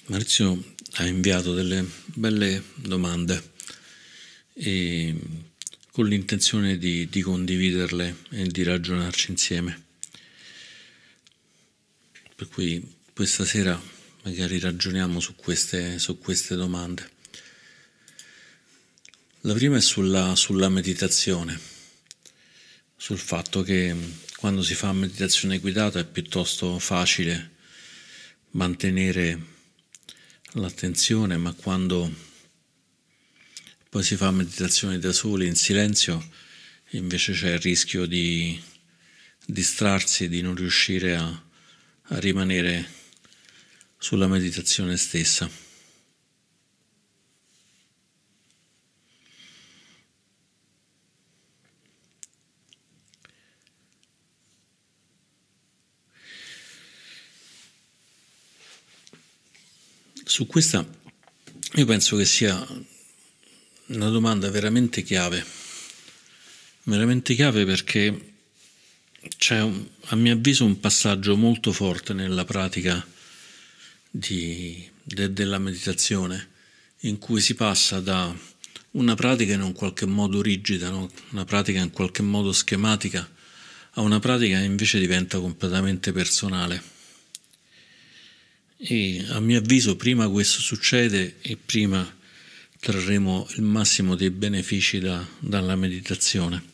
Maurizio ha inviato delle belle domande e con l'intenzione di condividerle e di ragionarci insieme. Per cui questa sera magari ragioniamo su queste domande. La prima è sulla meditazione, sul fatto che quando si fa meditazione guidata è piuttosto facile mantenere l'attenzione, ma quando poi si fa meditazione da soli in silenzio invece c'è il rischio di distrarsi, di non riuscire a rimanere sulla meditazione stessa. Su questa io penso che sia una domanda veramente chiave perché c'è a mio avviso un passaggio molto forte nella pratica della meditazione, in cui si passa da una pratica in un qualche modo rigida, no? Una pratica in qualche modo schematica, a una pratica che invece diventa completamente personale. E a mio avviso prima questo succede e prima trarremo il massimo dei benefici dalla meditazione.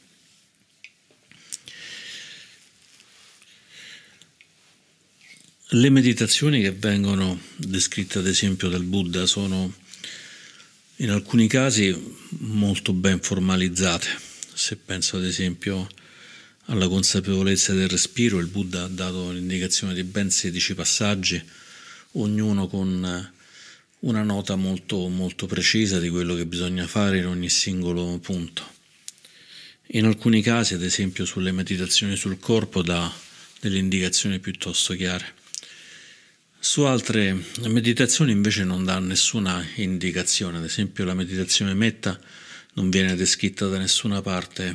Le meditazioni che vengono descritte ad esempio dal Buddha sono in alcuni casi molto ben formalizzate. Se penso ad esempio alla consapevolezza del respiro, il Buddha ha dato l'indicazione di ben 16 passaggi, ognuno con una nota molto, molto precisa di quello che bisogna fare in ogni singolo punto. In alcuni casi, ad esempio sulle meditazioni sul corpo, dà delle indicazioni piuttosto chiare. Su altre meditazioni invece non dà nessuna indicazione, ad esempio la meditazione metta non viene descritta da nessuna parte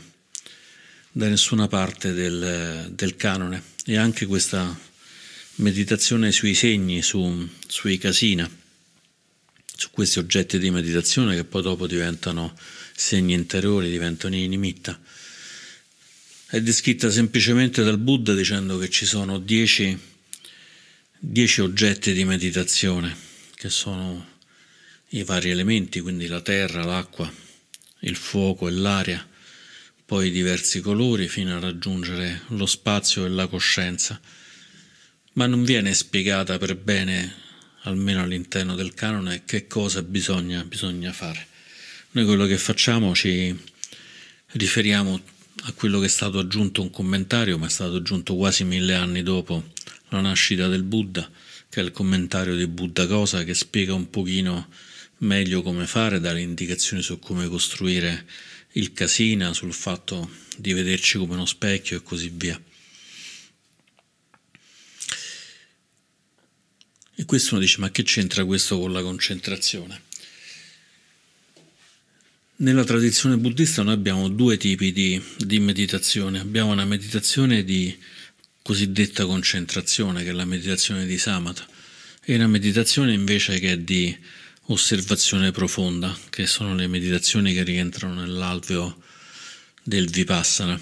del canone, e anche questa meditazione sui segni, sui kasina, su questi oggetti di meditazione che poi dopo diventano segni interiori, diventano i nimitta, è descritta semplicemente dal Buddha dicendo che ci sono 10 oggetti di meditazione, che sono i vari elementi, quindi la terra, l'acqua, il fuoco e l'aria, poi i diversi colori fino a raggiungere lo spazio e la coscienza, ma non viene spiegata per bene, almeno all'interno del canone, che cosa bisogna fare. Noi quello che facciamo ci riferiamo a quello che è stato aggiunto un commentario, ma è stato aggiunto quasi 1000 anni dopo la nascita del Buddha, che è il commentario di Buddhaghosa, che spiega un pochino meglio come fare, dà le indicazioni su come costruire il kasina, sul fatto di vederci come uno specchio e così via. E questo uno dice: ma che c'entra questo con la concentrazione? Nella tradizione buddista noi abbiamo due tipi di meditazione. Abbiamo una meditazione di cosiddetta concentrazione, che è la meditazione di samatha, e una meditazione invece che è di osservazione profonda, che sono le meditazioni che rientrano nell'alveo del vipassana.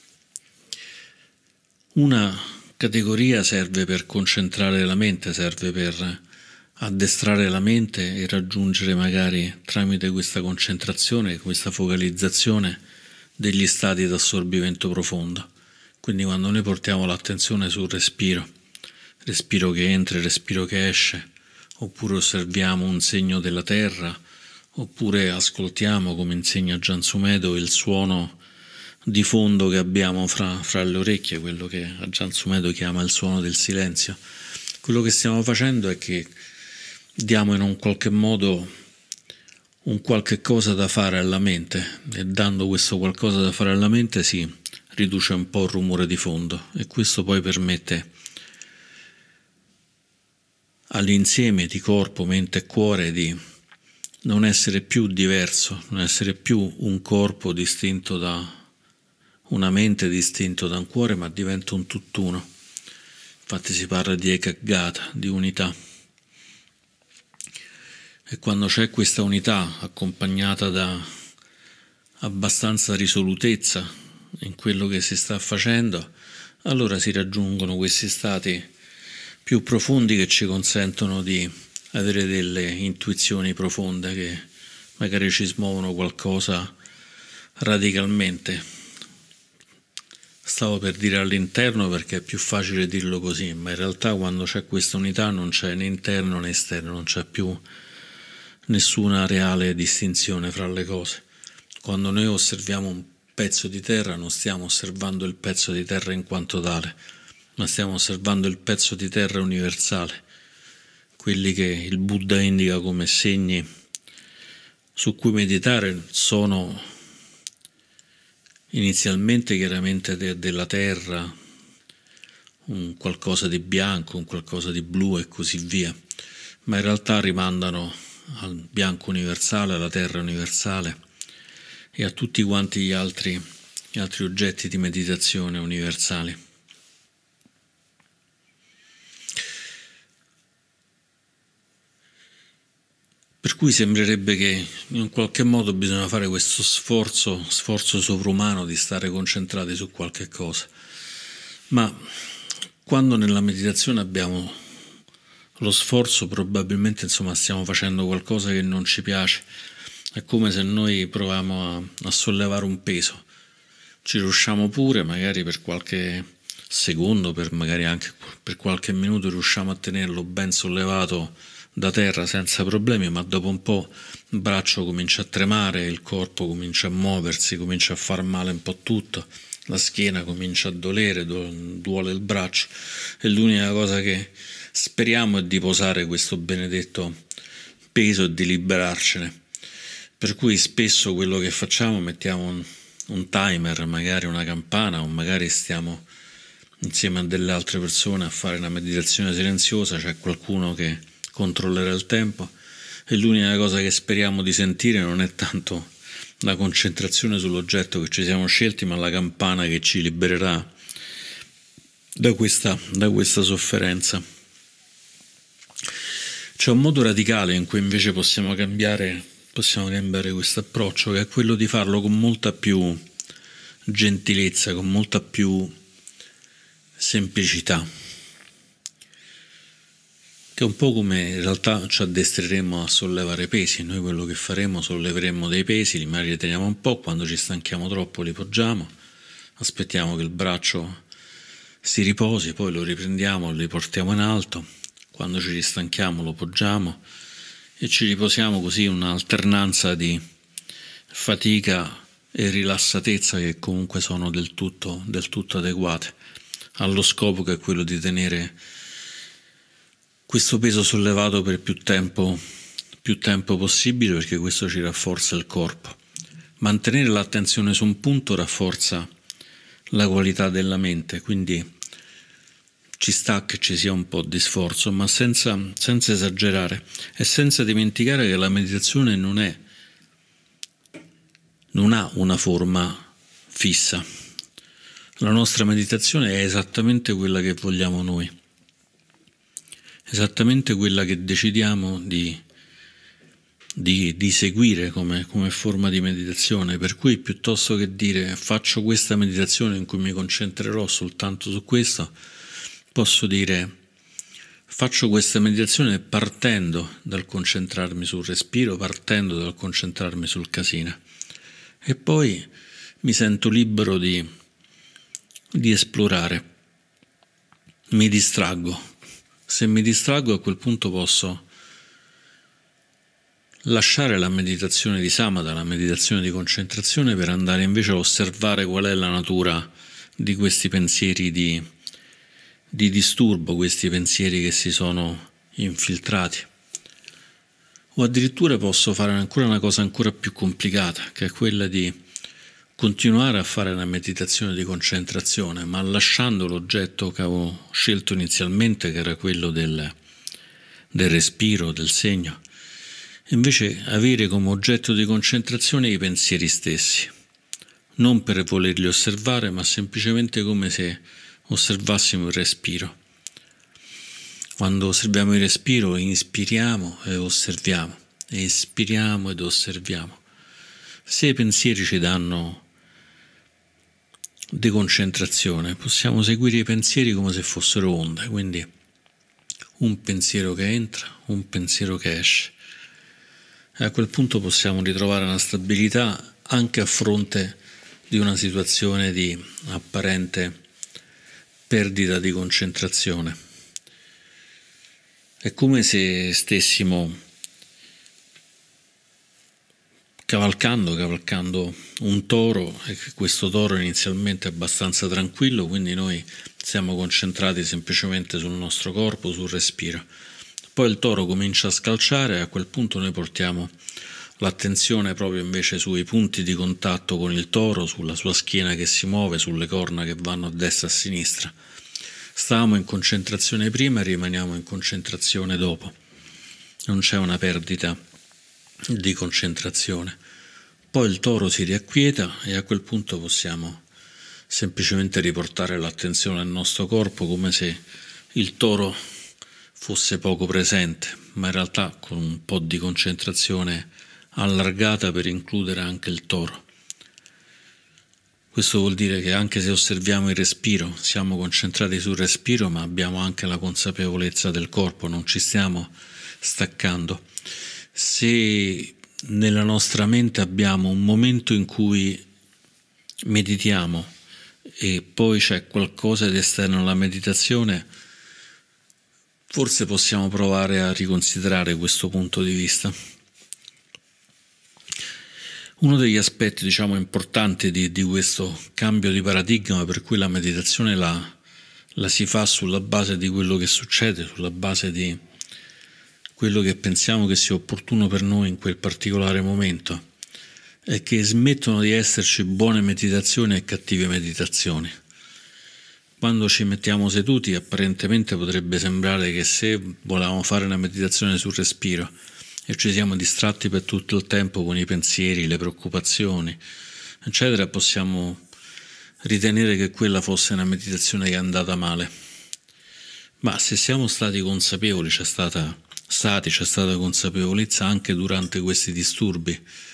Una categoria serve per concentrare la mente, serve per addestrare la mente e raggiungere magari tramite questa concentrazione, questa focalizzazione, degli stati di assorbimento profondo. Quindi quando noi portiamo l'attenzione sul respiro che entra e respiro che esce, oppure osserviamo un segno della terra, oppure ascoltiamo, come insegna Gian Sumedho, il suono di fondo che abbiamo fra le orecchie, quello che Gian Sumedho chiama il suono del silenzio. Quello che stiamo facendo è che diamo in un qualche modo un qualche cosa da fare alla mente, e dando questo qualcosa da fare alla mente si riduce un po' il rumore di fondo, e questo poi permette all'insieme di corpo, mente e cuore di non essere più diverso, non essere più un corpo distinto da una mente, distinto da un cuore, ma diventa un tutt'uno. Infatti si parla di ekaggata, di unità. E quando c'è questa unità accompagnata da abbastanza risolutezza in quello che si sta facendo, allora si raggiungono questi stati più profondi che ci consentono di avere delle intuizioni profonde che magari ci smuovono qualcosa radicalmente. Stavo per dire all'interno perché è più facile dirlo così, ma in realtà quando c'è questa unità non c'è né interno né esterno, non c'è più nessuna reale distinzione fra le cose. Quando noi osserviamo un pezzo di terra non stiamo osservando il pezzo di terra in quanto tale, ma stiamo osservando il pezzo di terra universale, quelli che il Buddha indica come segni su cui meditare sono inizialmente chiaramente della terra, un qualcosa di bianco, un qualcosa di blu e così via, ma in realtà rimandano al bianco universale, alla terra universale e a tutti quanti gli altri oggetti di meditazione universali. Per cui sembrerebbe che in qualche modo bisogna fare questo sforzo sovrumano di stare concentrati su qualche cosa. Ma quando nella meditazione abbiamo lo sforzo, probabilmente stiamo facendo qualcosa che non ci piace. È come se noi proviamo a sollevare un peso. Ci riusciamo pure, magari per qualche secondo, magari anche per qualche minuto riusciamo a tenerlo ben sollevato da terra senza problemi, ma dopo un po' il braccio comincia a tremare, il corpo comincia a muoversi, comincia a far male un po' tutto, la schiena comincia a dolere, duole il braccio e l'unica cosa che speriamo è di posare questo benedetto peso e di liberarcene. Per cui spesso quello che facciamo, mettiamo un timer, magari una campana, o magari stiamo insieme a delle altre persone a fare una meditazione silenziosa, c'è qualcuno che controllerà il tempo e l'unica cosa che speriamo di sentire non è tanto la concentrazione sull'oggetto che ci siamo scelti, ma la campana che ci libererà da questa sofferenza. C'è un modo radicale in cui invece possiamo cambiare questo approccio, che è quello di farlo con molta più gentilezza, con molta più semplicità, che è un po' come in realtà ci addestreremo a sollevare pesi. Noi quello che faremo, solleveremo dei pesi, li magari teniamo un po', quando ci stanchiamo troppo li poggiamo, aspettiamo che il braccio si riposi, poi lo riprendiamo, li portiamo in alto, quando ci ristanchiamo lo poggiamo e ci riposiamo, così un'alternanza di fatica e rilassatezza che comunque sono del tutto adeguate allo scopo, che è quello di tenere questo peso sollevato per più tempo possibile, perché questo ci rafforza il corpo. Mantenere l'attenzione su un punto rafforza la qualità della mente, quindi ci sta che ci sia un po' di sforzo, ma senza esagerare e senza dimenticare che la meditazione non ha una forma fissa. La nostra meditazione è esattamente quella che vogliamo noi, esattamente quella che decidiamo di seguire come forma di meditazione. Per cui piuttosto che dire faccio questa meditazione in cui mi concentrerò soltanto su questo, posso dire faccio questa meditazione partendo dal concentrarmi sul respiro, partendo dal concentrarmi sul kasina, e poi mi sento libero di esplorare, mi distraggo. Se mi distraggo, a quel punto posso lasciare la meditazione di samatha, la meditazione di concentrazione, per andare invece a osservare qual è la natura di questi pensieri di disturbo, questi pensieri che si sono infiltrati. O addirittura posso fare ancora una cosa ancora più complicata, che è quella di continuare a fare una meditazione di concentrazione, ma lasciando l'oggetto che avevo scelto inizialmente, che era quello del respiro, del segno, e invece avere come oggetto di concentrazione i pensieri stessi, non per volerli osservare, ma semplicemente come se osservassimo il respiro. Quando osserviamo il respiro, inspiriamo e osserviamo, espiriamo ed osserviamo. Se i pensieri ci danno deconcentrazione, possiamo seguire i pensieri come se fossero onde, quindi un pensiero che entra, un pensiero che esce. E a quel punto possiamo ritrovare una stabilità anche a fronte di una situazione di apparente perdita di concentrazione. È come se stessimo cavalcando un toro, e questo toro inizialmente è abbastanza tranquillo, quindi noi siamo concentrati semplicemente sul nostro corpo, sul respiro. Poi il toro comincia a scalciare e a quel punto noi portiamo l'attenzione proprio invece sui punti di contatto con il toro, sulla sua schiena che si muove, sulle corna che vanno a destra e a sinistra. Stavamo in concentrazione prima e rimaniamo in concentrazione dopo. Non c'è una perdita di concentrazione. Poi il toro si riacquieta e a quel punto possiamo semplicemente riportare l'attenzione al nostro corpo come se il toro fosse poco presente, ma in realtà con un po' di concentrazione allargata per includere anche il toro. Questo vuol dire che anche se osserviamo il respiro, siamo concentrati sul respiro, ma abbiamo anche la consapevolezza del corpo, non ci stiamo staccando. Se nella nostra mente abbiamo un momento in cui meditiamo e poi c'è qualcosa di esterno alla meditazione, forse possiamo provare a riconsiderare questo punto di vista. Uno degli aspetti, importanti di questo cambio di paradigma, per cui la meditazione la si fa sulla base di quello che succede, sulla base di quello che pensiamo che sia opportuno per noi in quel particolare momento, è che smettono di esserci buone meditazioni e cattive meditazioni. Quando ci mettiamo seduti, apparentemente potrebbe sembrare che se volevamo fare una meditazione sul respiro e ci siamo distratti per tutto il tempo con i pensieri, le preoccupazioni, eccetera, possiamo ritenere che quella fosse una meditazione che è andata male. Ma se siamo stati consapevoli, c'è stata consapevolezza anche durante questi disturbi,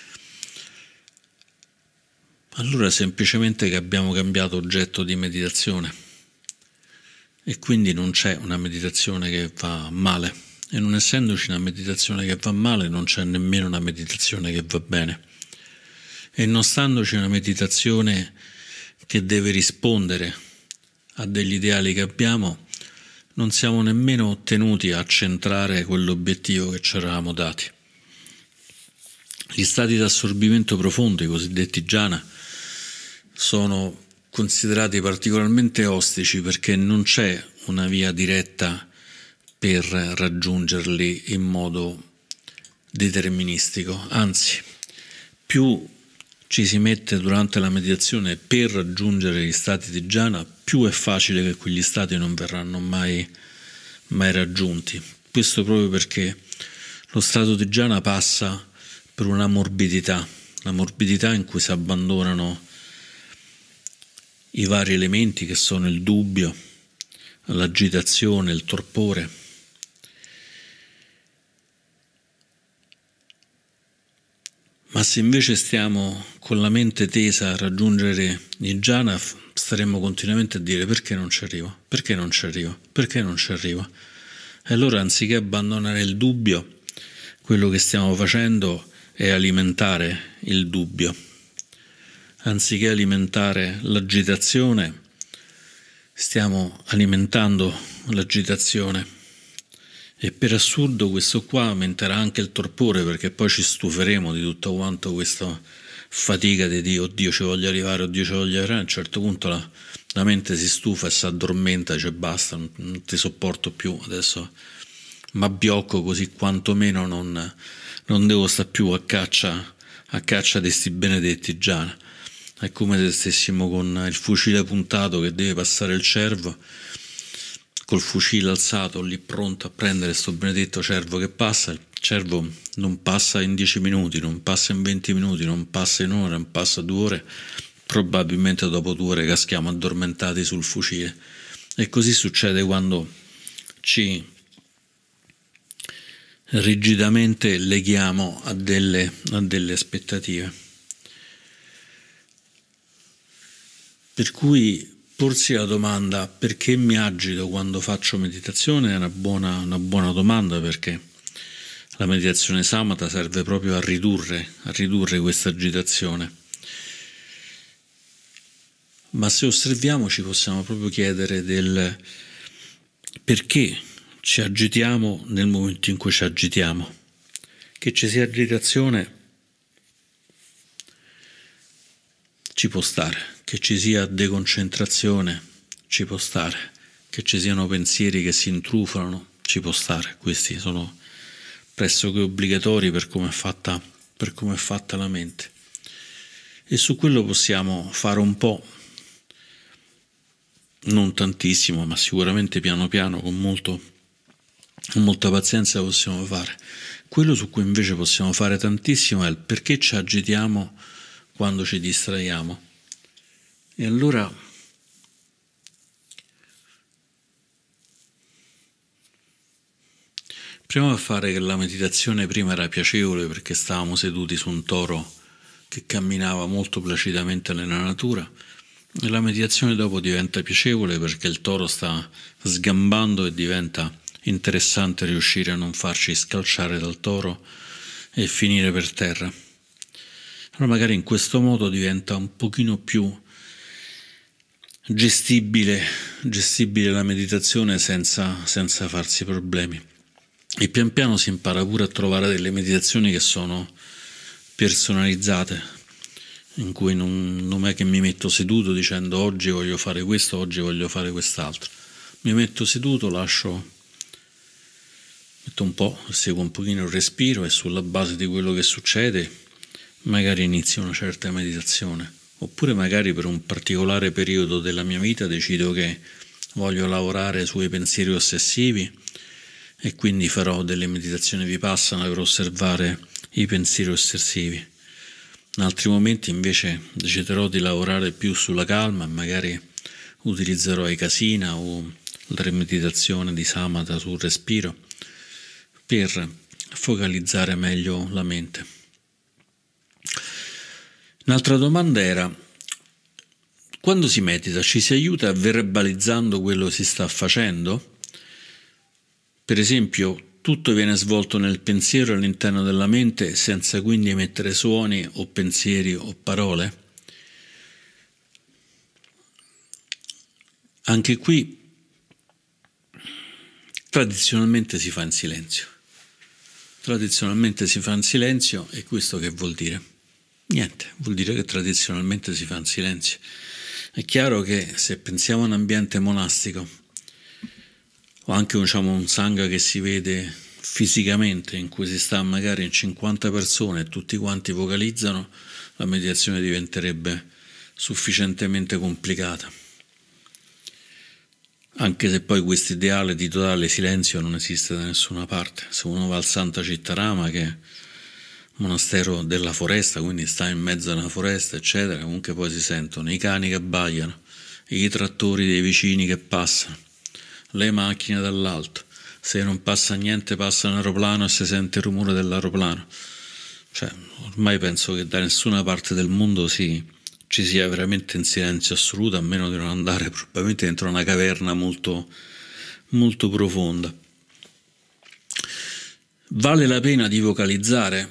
allora semplicemente che abbiamo cambiato oggetto di meditazione e quindi non c'è una meditazione che va male, e non essendoci una meditazione che va male non c'è nemmeno una meditazione che va bene, e non standoci una meditazione che deve rispondere a degli ideali che abbiamo, non siamo nemmeno tenuti a centrare quell'obiettivo che ci eravamo dati. Gli stati di assorbimento profondo, i cosiddetti jhana, sono considerati particolarmente ostici perché non c'è una via diretta per raggiungerli in modo deterministico, anzi, più ci si mette durante la meditazione per raggiungere gli stati di jhana, più è facile che quegli stati non verranno mai raggiunti. Questo proprio perché lo stato di jhana passa per una morbidità, la morbidità in cui si abbandonano i vari elementi che sono il dubbio, l'agitazione, il torpore. Ma se invece stiamo con la mente tesa a raggiungere il jhana, staremo continuamente a dire perché non ci arrivo, perché non ci arrivo, perché non ci arrivo. E allora anziché abbandonare il dubbio, quello che stiamo facendo è alimentare il dubbio. Anziché alimentare l'agitazione, stiamo alimentando l'agitazione. E per assurdo questo qua aumenterà anche il torpore, perché poi ci stuferemo di tutto quanto questa fatica di dire oddio ci voglio arrivare, oddio ci voglio arrivare. A un certo punto la mente si stufa e si addormenta, dice basta, non ti sopporto più, adesso mi abbiocco, così quantomeno non devo stare più a caccia di sti benedetti jhana. È come se stessimo con il fucile puntato che deve passare il cervo, col fucile alzato lì pronto a prendere sto benedetto cervo che passa. Il cervo non passa in 10 minuti, non passa in 20 minuti, non passa in un'ora, non passa 2 ore, probabilmente dopo 2 ore caschiamo addormentati sul fucile. E così succede quando ci rigidamente leghiamo a delle aspettative. Per cui porsi la domanda perché mi agito quando faccio meditazione è una buona domanda, perché la meditazione samatha serve proprio a ridurre questa agitazione. Ma se osserviamo ci possiamo proprio chiedere del perché ci agitiamo nel momento in cui ci agitiamo. Che ci sia agitazione ci può stare, che ci sia deconcentrazione ci può stare, che ci siano pensieri che si intrufolano ci può stare. Questi sono pressoché obbligatori per come è fatta la mente. E su quello possiamo fare un po', non tantissimo, ma sicuramente piano piano, con molta pazienza possiamo fare. Quello su cui invece possiamo fare tantissimo è il perché ci agitiamo quando ci distraiamo. E allora proviamo a fare che la meditazione prima era piacevole perché stavamo seduti su un toro che camminava molto placidamente nella natura, e la meditazione dopo diventa piacevole perché il toro sta sgambando e diventa interessante riuscire a non farci scalciare dal toro e finire per terra. Allora magari in questo modo diventa un pochino più gestibile la meditazione senza farsi problemi. E pian piano si impara pure a trovare delle meditazioni che sono personalizzate, in cui non è che mi metto seduto dicendo oggi voglio fare questo, oggi voglio fare quest'altro. Mi metto seduto, metto un po', seguo un pochino il respiro e sulla base di quello che succede magari inizio una certa meditazione. Oppure magari per un particolare periodo della mia vita decido che voglio lavorare sui pensieri ossessivi e quindi farò delle meditazioni vipassana per osservare i pensieri ossessivi. In altri momenti invece deciderò di lavorare più sulla calma e magari utilizzerò i kasina o la meditazione di samatha sul respiro per focalizzare meglio la mente. Un'altra domanda era: quando si medita ci si aiuta verbalizzando quello che si sta facendo? Per esempio, tutto viene svolto nel pensiero all'interno della mente senza quindi emettere suoni o pensieri o parole? Anche qui tradizionalmente si fa in silenzio. E questo che vuol dire? Niente, vuol dire che tradizionalmente si fa in silenzio. È chiaro che se pensiamo a un ambiente monastico o anche un sangha che si vede fisicamente, in cui si sta magari in 50 persone e tutti quanti vocalizzano, la meditazione diventerebbe sufficientemente complicata. Anche se poi questo ideale di totale silenzio non esiste da nessuna parte. Se uno va al Santa Cittarama, che è un monastero della foresta, quindi sta in mezzo alla foresta, eccetera, comunque poi si sentono i cani che abbaiano, i trattori dei vicini che passano, le macchine dall'alto. Se non passa niente, passa un aeroplano e si sente il rumore dell'aeroplano. Ormai penso che da nessuna parte del mondo ci sia veramente in silenzio assoluto, a meno di non andare probabilmente dentro una caverna molto, molto profonda. Vale la pena di vocalizzare?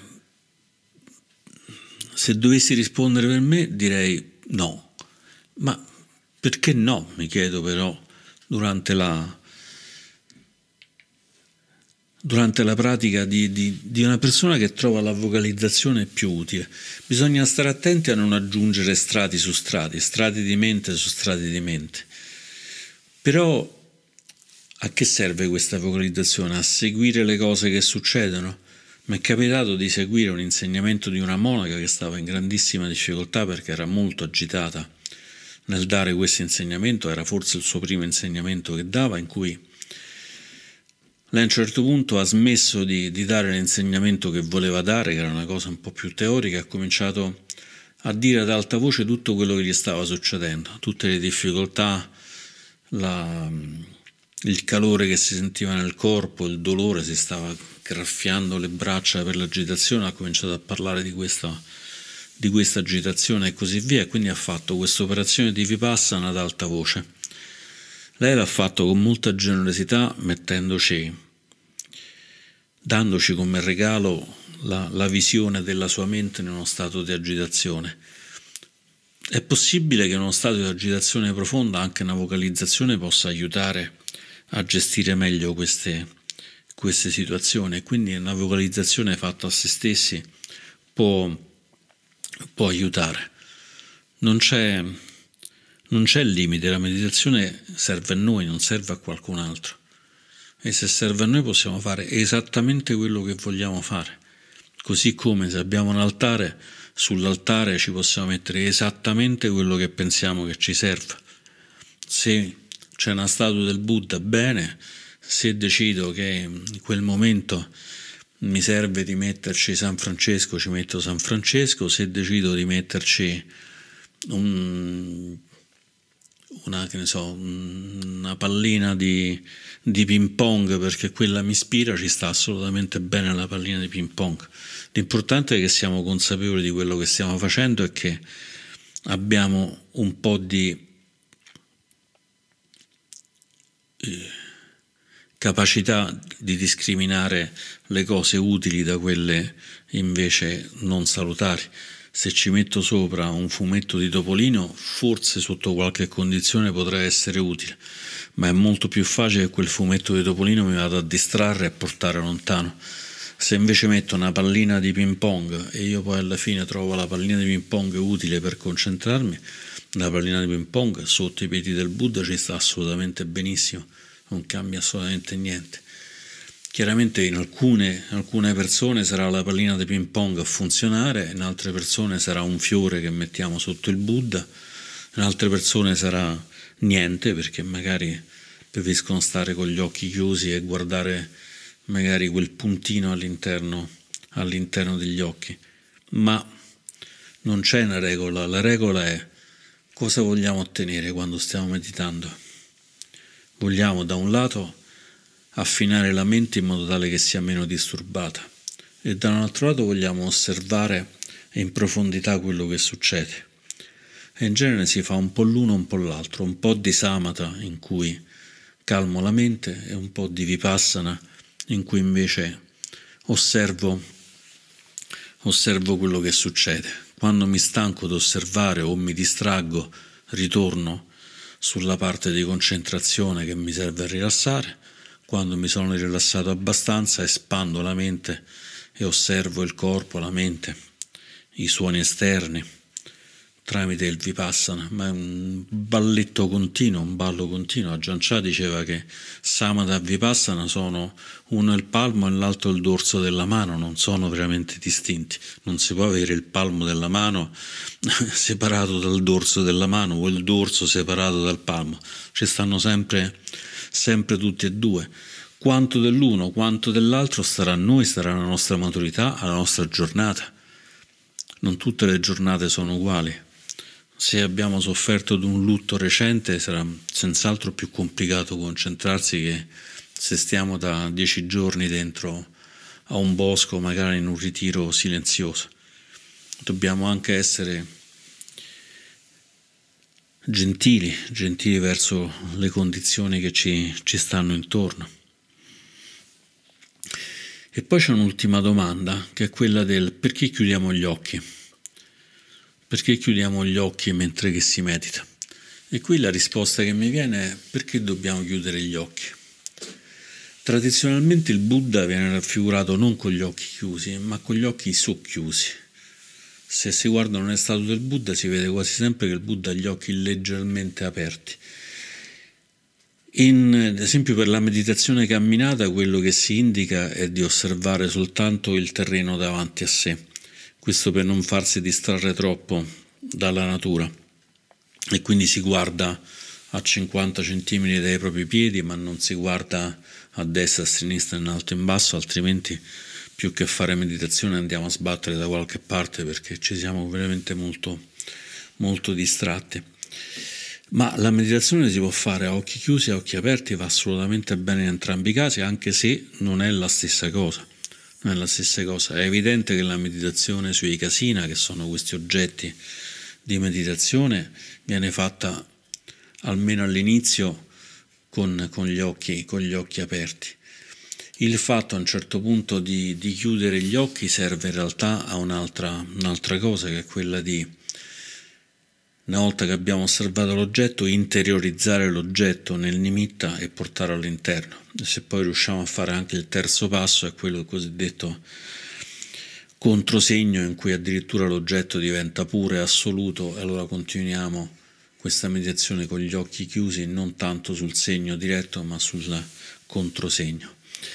Se dovessi rispondere per me, direi no. Ma perché no? Mi chiedo però durante la pratica di una persona che trova la vocalizzazione più utile. Bisogna stare attenti a non aggiungere strati su strati, strati di mente su strati di mente. Però a che serve questa vocalizzazione? A seguire le cose che succedono? Mi è capitato di seguire un insegnamento di una monaca che stava in grandissima difficoltà perché era molto agitata nel dare questo insegnamento. Era forse il suo primo insegnamento che dava, in cui lei a un certo punto ha smesso di dare l'insegnamento che voleva dare, che era una cosa un po' più teorica, e ha cominciato a dire ad alta voce tutto quello che gli stava succedendo, tutte le difficoltà, il calore che si sentiva nel corpo, il dolore, si stava graffiando le braccia per l'agitazione, ha cominciato a parlare di questa agitazione e così via, e quindi ha fatto questa operazione di Vipassana ad alta voce. Lei l'ha fatto con molta generosità, dandoci come regalo la visione della sua mente in uno stato di agitazione. È possibile che in uno stato di agitazione profonda anche una vocalizzazione possa aiutare a gestire meglio queste situazioni, quindi una vocalizzazione fatta a se stessi può aiutare. Non c'è il limite, la meditazione serve a noi, non serve a qualcun altro, e se serve a noi possiamo fare esattamente quello che vogliamo fare, così come se abbiamo un altare, sull'altare ci possiamo mettere esattamente quello che pensiamo che ci serva. Se c'è una statua del Buddha, bene. Se decido che in quel momento mi serve di metterci San Francesco, ci metto San Francesco. Se decido di metterci una pallina di ping pong perché quella mi ispira, ci sta assolutamente bene la pallina di ping pong. L'importante è che siamo consapevoli di quello che stiamo facendo e che abbiamo un po' di capacità di discriminare le cose utili da quelle invece non salutari. Se ci metto sopra un fumetto di topolino, forse sotto qualche condizione potrà essere utile, ma è molto più facile che quel fumetto di topolino mi vada a distrarre e a portare lontano. Se invece metto una pallina di ping pong e io poi alla fine trovo la pallina di ping pong utile per concentrarmi, la pallina di ping pong sotto i piedi del Buddha ci sta assolutamente benissimo, non cambia assolutamente niente. Chiaramente in alcune persone sarà la pallina di ping pong a funzionare, in altre persone sarà un fiore che mettiamo sotto il Buddha, in altre persone sarà niente, perché magari preferiscono stare con gli occhi chiusi e guardare magari quel puntino all'interno degli occhi. Ma non c'è una regola, la regola è cosa vogliamo ottenere quando stiamo meditando. Vogliamo da un lato affinare la mente in modo tale che sia meno disturbata e da un altro lato vogliamo osservare in profondità quello che succede, e in genere si fa un po' l'uno un po' l'altro, un po' di samatha in cui calmo la mente e un po' di vipassana in cui invece osservo quello che succede. Quando mi stanco di osservare o mi distraggo, ritorno sulla parte di concentrazione che mi serve a rilassare. Quando mi sono rilassato abbastanza, espando la mente e osservo il corpo, la mente, i suoni esterni tramite il vipassana, ma è un balletto continuo, un ballo continuo. Ajahn Chah diceva che samatha e vipassana sono uno il palmo e l'altro il dorso della mano, non sono veramente distinti. Non si può avere il palmo della mano separato dal dorso della mano o il dorso separato dal palmo, ci stanno sempre tutti e due. Quanto dell'uno, quanto dell'altro starà a noi, starà alla nostra maturità, alla nostra giornata. Non tutte le giornate sono uguali. Se abbiamo sofferto di un lutto recente sarà senz'altro più complicato concentrarsi che se stiamo da 10 giorni dentro a un bosco, magari in un ritiro silenzioso. Dobbiamo anche essere gentili verso le condizioni che ci stanno intorno. E poi c'è un'ultima domanda, che è quella del perché chiudiamo gli occhi? Perché chiudiamo gli occhi mentre che si medita? E qui la risposta che mi viene è perché dobbiamo chiudere gli occhi? Tradizionalmente il Buddha viene raffigurato non con gli occhi chiusi, ma con gli occhi socchiusi. Se si guarda una statua del Buddha si vede quasi sempre che il Buddha ha gli occhi leggermente aperti. Ad esempio per la meditazione camminata quello che si indica è di osservare soltanto il terreno davanti a sé, questo per non farsi distrarre troppo dalla natura, e quindi si guarda a 50 centimetri dai propri piedi, ma non si guarda a destra, a sinistra, in alto e in basso, altrimenti più che fare meditazione andiamo a sbattere da qualche parte perché ci siamo veramente molto, molto distratti. Ma la meditazione si può fare a occhi chiusi e a occhi aperti, va assolutamente bene in entrambi i casi, anche se non è la stessa cosa. Non è la stessa cosa. È evidente che la meditazione sui casina, che sono questi oggetti di meditazione, viene fatta almeno all'inizio con gli occhi aperti. Il fatto a un certo punto di chiudere gli occhi serve in realtà a un'altra cosa, che è quella di, una volta che abbiamo osservato l'oggetto, interiorizzare l'oggetto nel nimitta e portarlo all'interno. E se poi riusciamo a fare anche il terzo passo, è quello cosiddetto controsegno, in cui addirittura l'oggetto diventa puro e assoluto, e allora continuiamo questa meditazione con gli occhi chiusi, non tanto sul segno diretto ma sul controsegno.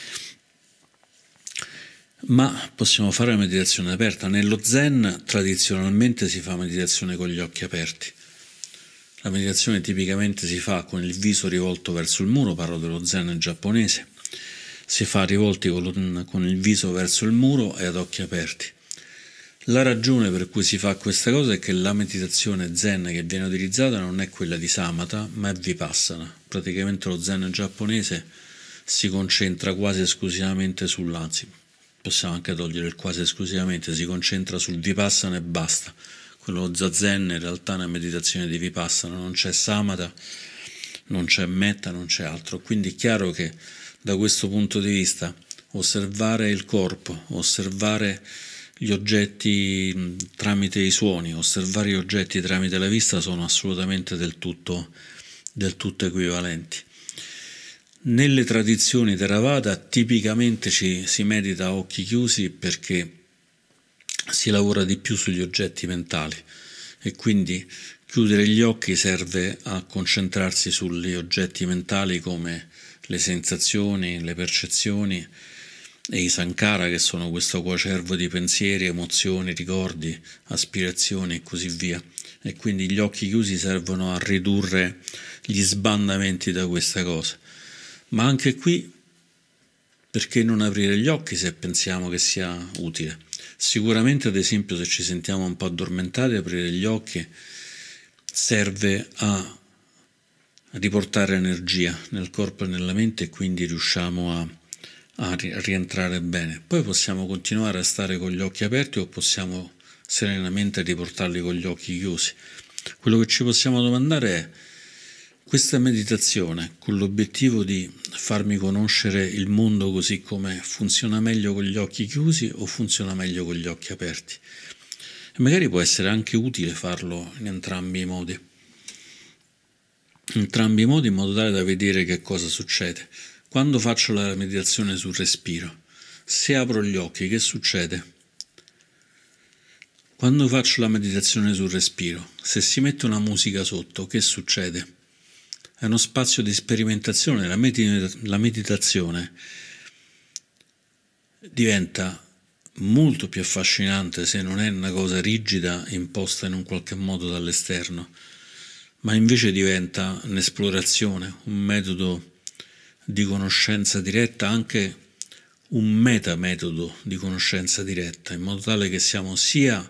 Ma possiamo fare la meditazione aperta. Nello Zen tradizionalmente si fa meditazione con gli occhi aperti. La meditazione tipicamente si fa con il viso rivolto verso il muro, parlo dello Zen giapponese, si fa rivolti con il viso verso il muro e ad occhi aperti. La ragione per cui si fa questa cosa è che la meditazione Zen che viene utilizzata non è quella di Samatha, ma è Vipassana. Praticamente lo Zen giapponese si concentra quasi esclusivamente sull'anzi. Possiamo anche togliere il quasi esclusivamente, si concentra sul Vipassana e basta. Quello Zazen in realtà è una meditazione di Vipassana, non c'è Samatha, non c'è Metta, non c'è altro. Quindi è chiaro che da questo punto di vista osservare il corpo, osservare gli oggetti tramite i suoni, osservare gli oggetti tramite la vista sono assolutamente del tutto equivalenti. Nelle tradizioni Theravada tipicamente si medita a occhi chiusi perché si lavora di più sugli oggetti mentali e quindi chiudere gli occhi serve a concentrarsi sugli oggetti mentali come le sensazioni, le percezioni e i sankhara, che sono questo coacervo di pensieri, emozioni, ricordi, aspirazioni e così via. E quindi gli occhi chiusi servono a ridurre gli sbandamenti da questa cosa. Ma anche qui, perché non aprire gli occhi se pensiamo che sia utile? Sicuramente, ad esempio, se ci sentiamo un po' addormentati, aprire gli occhi serve a riportare energia nel corpo e nella mente e quindi riusciamo a rientrare bene. Poi possiamo continuare a stare con gli occhi aperti o possiamo serenamente riportarli con gli occhi chiusi. Quello che ci possiamo domandare è: questa meditazione, con l'obiettivo di farmi conoscere il mondo così com'è, funziona meglio con gli occhi chiusi o funziona meglio con gli occhi aperti? E magari può essere anche utile farlo in entrambi i modi. In modo tale da vedere che cosa succede. Quando faccio la meditazione sul respiro, se apro gli occhi, che succede? Quando faccio la meditazione sul respiro, se si mette una musica sotto, che succede? È uno spazio di sperimentazione. La meditazione diventa molto più affascinante se non è una cosa rigida imposta in un qualche modo dall'esterno, ma invece diventa un'esplorazione, un metodo di conoscenza diretta, anche un metametodo di conoscenza diretta, in modo tale che siamo sia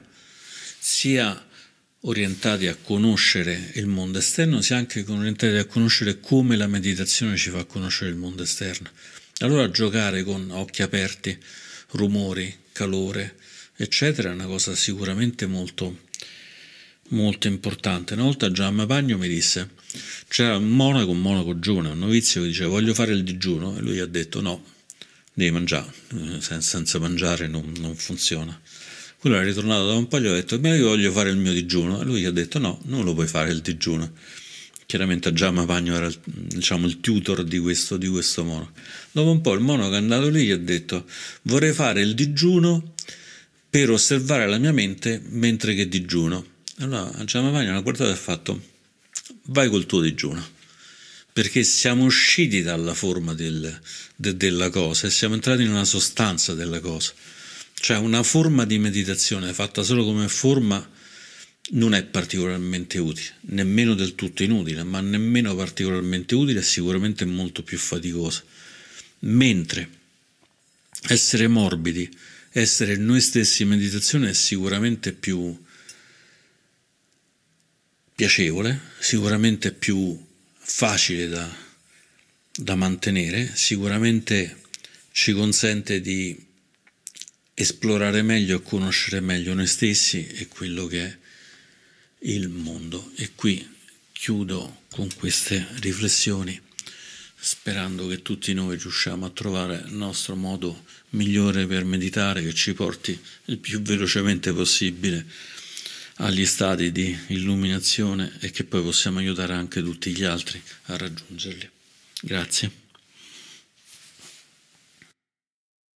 orientati a conoscere il mondo esterno, sia anche orientati a conoscere come la meditazione ci fa conoscere il mondo esterno. Allora giocare con occhi aperti, rumori, calore, eccetera, è una cosa sicuramente molto, molto importante. Una volta Giamma Pagno mi disse, c'era un monaco giovane, un novizio, che diceva: voglio fare il digiuno, e lui ha detto: no, devi mangiare, senza mangiare non funziona. Quello è ritornato da un po' e gli ho detto: io voglio fare il mio digiuno, e lui gli ha detto: no, non lo puoi fare il digiuno. Chiaramente Giamma Pagno era il tutor di questo monaco. Dopo un po' il monaco è andato lì e gli ha detto: vorrei fare il digiuno per osservare la mia mente mentre che digiuno. Allora Giamma Pagno l'ha guardato e ha fatto: vai col tuo digiuno, perché siamo usciti dalla forma della cosa e siamo entrati in una sostanza della cosa. Cioè una forma di meditazione fatta solo come forma non è particolarmente utile, nemmeno del tutto inutile, ma nemmeno particolarmente utile, è sicuramente molto più faticosa. Mentre essere morbidi, essere noi stessi in meditazione è sicuramente più piacevole, sicuramente più facile da mantenere, sicuramente ci consente di esplorare meglio e conoscere meglio noi stessi e quello che è il mondo. E qui chiudo con queste riflessioni, sperando che tutti noi riusciamo a trovare il nostro modo migliore per meditare, che ci porti il più velocemente possibile agli stati di illuminazione e che poi possiamo aiutare anche tutti gli altri a raggiungerli. Grazie.